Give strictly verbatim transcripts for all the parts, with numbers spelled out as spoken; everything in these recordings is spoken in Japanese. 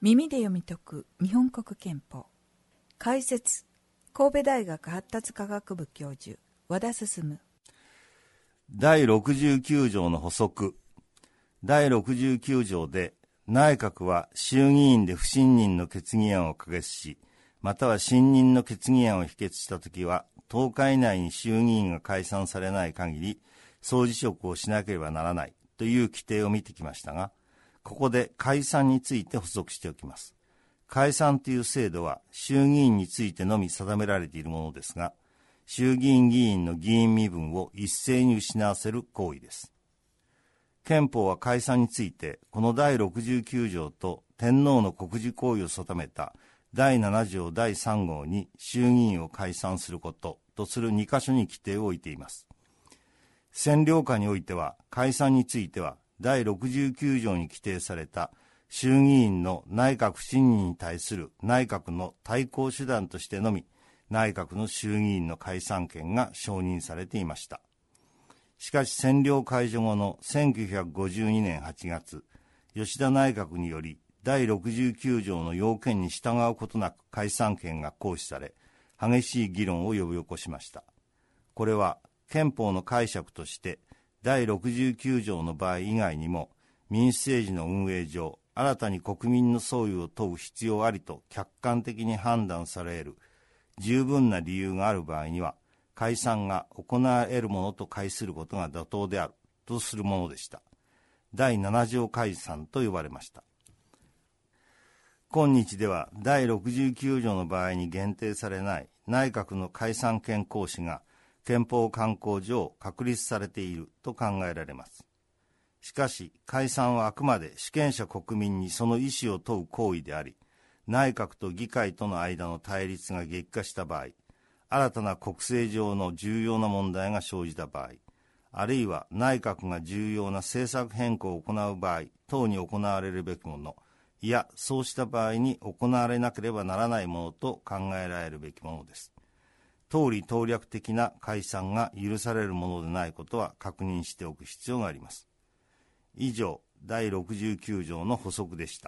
耳で読み解く日本国憲法。解説、神戸大学発達科学部教授和田進。 だいろくじゅうきゅう条の補足。だいろくじゅうきゅう条で、内閣は衆議院で不信任の決議案を可決し、または信任の決議案を否決したときは、とおか以内に衆議院が解散されない限り、総辞職をしなければならないという規定を見てきましたが、ここで解散について補足しておきます。解散という制度は衆議院についてのみ定められているものですが、衆議院議員の議員身分を一斉に失わせる行為です。憲法は解散について、このだいろくじゅうきゅう条と天皇の国事行為を定めただいなな条だいさん号に衆議院を解散することとするに箇所に規定を置いています。占領下においては、解散については、だいろくじゅうきゅう条に規定された衆議院の内閣不信任に対する内閣の対抗手段としてのみ、内閣の衆議院の解散権が承認されていました。しかし占領解除後のせんきゅうひゃくごじゅうにねんはちがつ、吉田内閣によりだいろくじゅうきゅう条の要件に従うことなく解散権が行使され、激しい議論を呼び起こしました。これは憲法の解釈としてだいろくじゅうきゅう条の場合以外にも、民主政治の運営上、新たに国民の総意を問う必要ありと客観的に判断される十分な理由がある場合には、解散が行われるものと解することが妥当であるとするものでした。だいなな条解散と呼ばれました。今日ではだいろくじゅうきゅう条の場合に限定されない内閣の解散権行使が憲法慣行上確立されていると考えられます。しかし解散はあくまで主権者国民にその意思を問う行為であり、内閣と議会との間の対立が激化した場合、新たな国政上の重要な問題が生じた場合、あるいは内閣が重要な政策変更を行う場合等に行われるべきもの、いやそうした場合に行われなければならないものと考えられるべきものです。党利党略的な解散が許されるものでないことは確認しておく必要があります。以上、だいろくじゅうきゅう条の補足でした。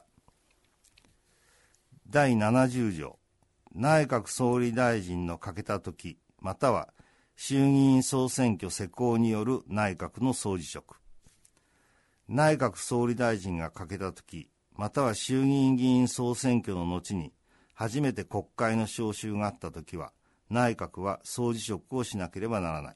だいななじゅう条、内閣総理大臣の欠けたとき、または衆議院総選挙施行による内閣の総辞職。内閣総理大臣が欠けたとき、または衆議院議員総選挙の後に初めて国会の召集があったときは、内閣は総辞職をしなければならない。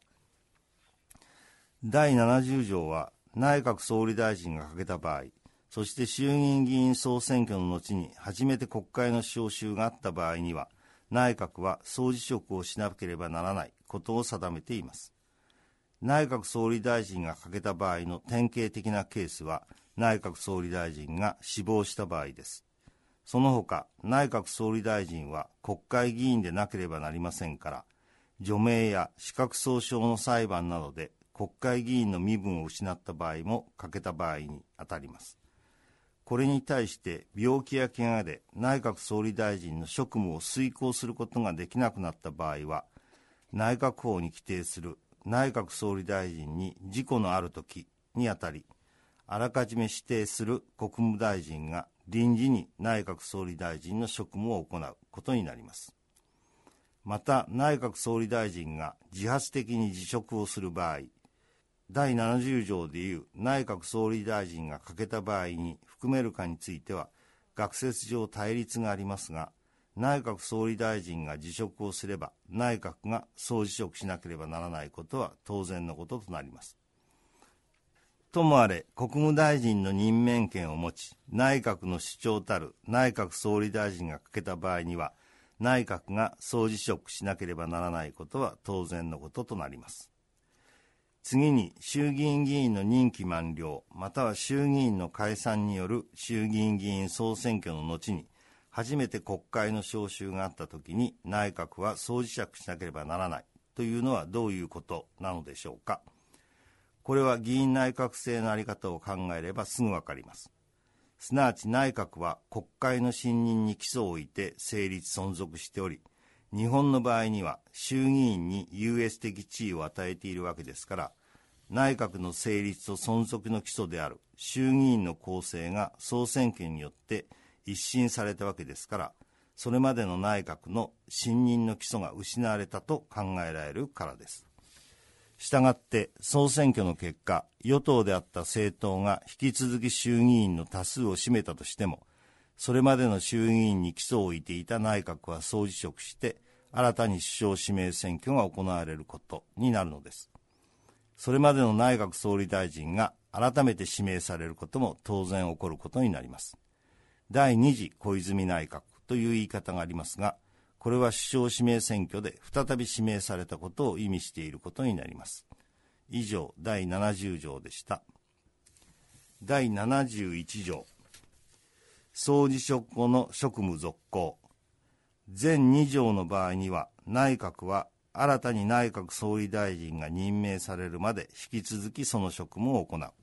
だいななじゅう条は、内閣総理大臣が欠けた場合、そして衆議院議員総選挙の後に初めて国会の召集があった場合には、内閣は総辞職をしなければならないことを定めています。内閣総理大臣が欠けた場合の典型的なケースは、内閣総理大臣が死亡した場合です。その他、内閣総理大臣は国会議員でなければなりませんから、除名や資格喪失の裁判などで国会議員の身分を失った場合も欠けた場合にあたります。これに対して病気や怪我で内閣総理大臣の職務を遂行することができなくなった場合は、内閣法に規定する内閣総理大臣に事故のあるときにあたり、あらかじめ指定する国務大臣が臨時に内閣総理大臣の職務を行うことになります。また、内閣総理大臣が自発的に辞職をする場合、だいななじゅう条でいう内閣総理大臣が欠けた場合に含めるかについては、学説上対立がありますが、内閣総理大臣が辞職をすれば、内閣が総辞職しなければならないことは当然のこととなります。ともあれ、国務大臣の任免権を持ち、内閣の首長たる内閣総理大臣が欠けた場合には、内閣が総辞職しなければならないことは当然のこととなります。次に、衆議院議員の任期満了、または衆議院の解散による衆議院議員総選挙の後に、初めて国会の召集があったときに内閣は総辞職しなければならないというのはどういうことなのでしょうか。これは議院内閣制の在り方を考えればすぐわかります。すなわち内閣は国会の信任に基礎を置いて成立存続しており、日本の場合には衆議院に優越的地位を与えているわけですから、内閣の成立と存続の基礎である衆議院の構成が総選挙によって一新されたわけですから、それまでの内閣の信任の基礎が失われたと考えられるからです。したがって総選挙の結果、与党であった政党が引き続き衆議院の多数を占めたとしても、それまでの衆議院に基礎を置いていた内閣は総辞職して新たに首相指名選挙が行われることになるのです。それまでの内閣総理大臣が改めて指名されることも当然起こることになります。第二次小泉内閣という言い方がありますが、これは首相指名選挙で再び指名されたことを意味していることになります。以上、だいななじゅう条でした。だいななじゅういち条、総辞職後の職務続行。全に条の場合には、内閣は新たに内閣総理大臣が任命されるまで引き続きその職務を行う。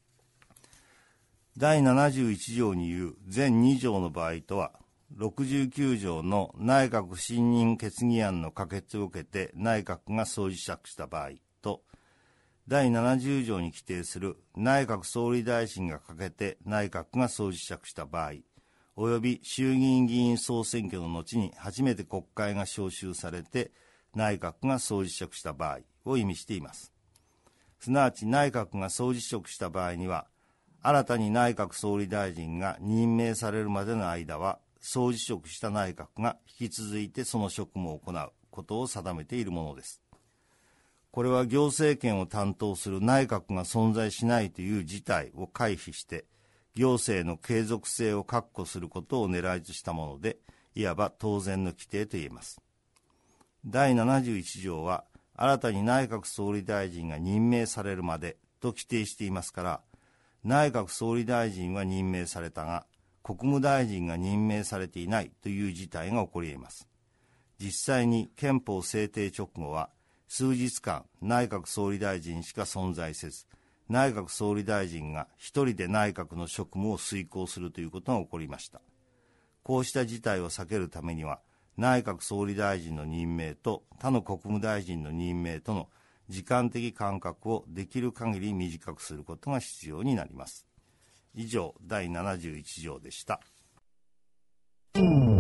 だいななじゅういち条に言う全に条の場合とは、ろくじゅうきゅう条の内閣不信任決議案の可決を受けて内閣が総辞職した場合と、だいななじゅう条に規定する内閣総理大臣が欠けて内閣が総辞職した場合、および衆議院議員総選挙の後に初めて国会が召集されて内閣が総辞職した場合を意味しています。すなわち内閣が総辞職した場合には、新たに内閣総理大臣が任命されるまでの間は、総辞職した内閣が引き続いてその職務を行うことを定めているものです。これは行政権を担当する内閣が存在しないという事態を回避して、行政の継続性を確保することを狙いとしたもので、いわば当然の規定と言えます。だいななじゅういち条は、新たに内閣総理大臣が任命されるまでと規定していますから、内閣総理大臣は任命されたが、国務大臣が任命されていないという事態が起こり得ます。実際に憲法制定直後は、数日間内閣総理大臣しか存在せず、内閣総理大臣が一人で内閣の職務を遂行するということが起こりました。こうした事態を避けるためには、内閣総理大臣の任命と他の国務大臣の任命との時間的間隔をできる限り短くすることが必要になります。以上、だいななじゅういち条でした。うん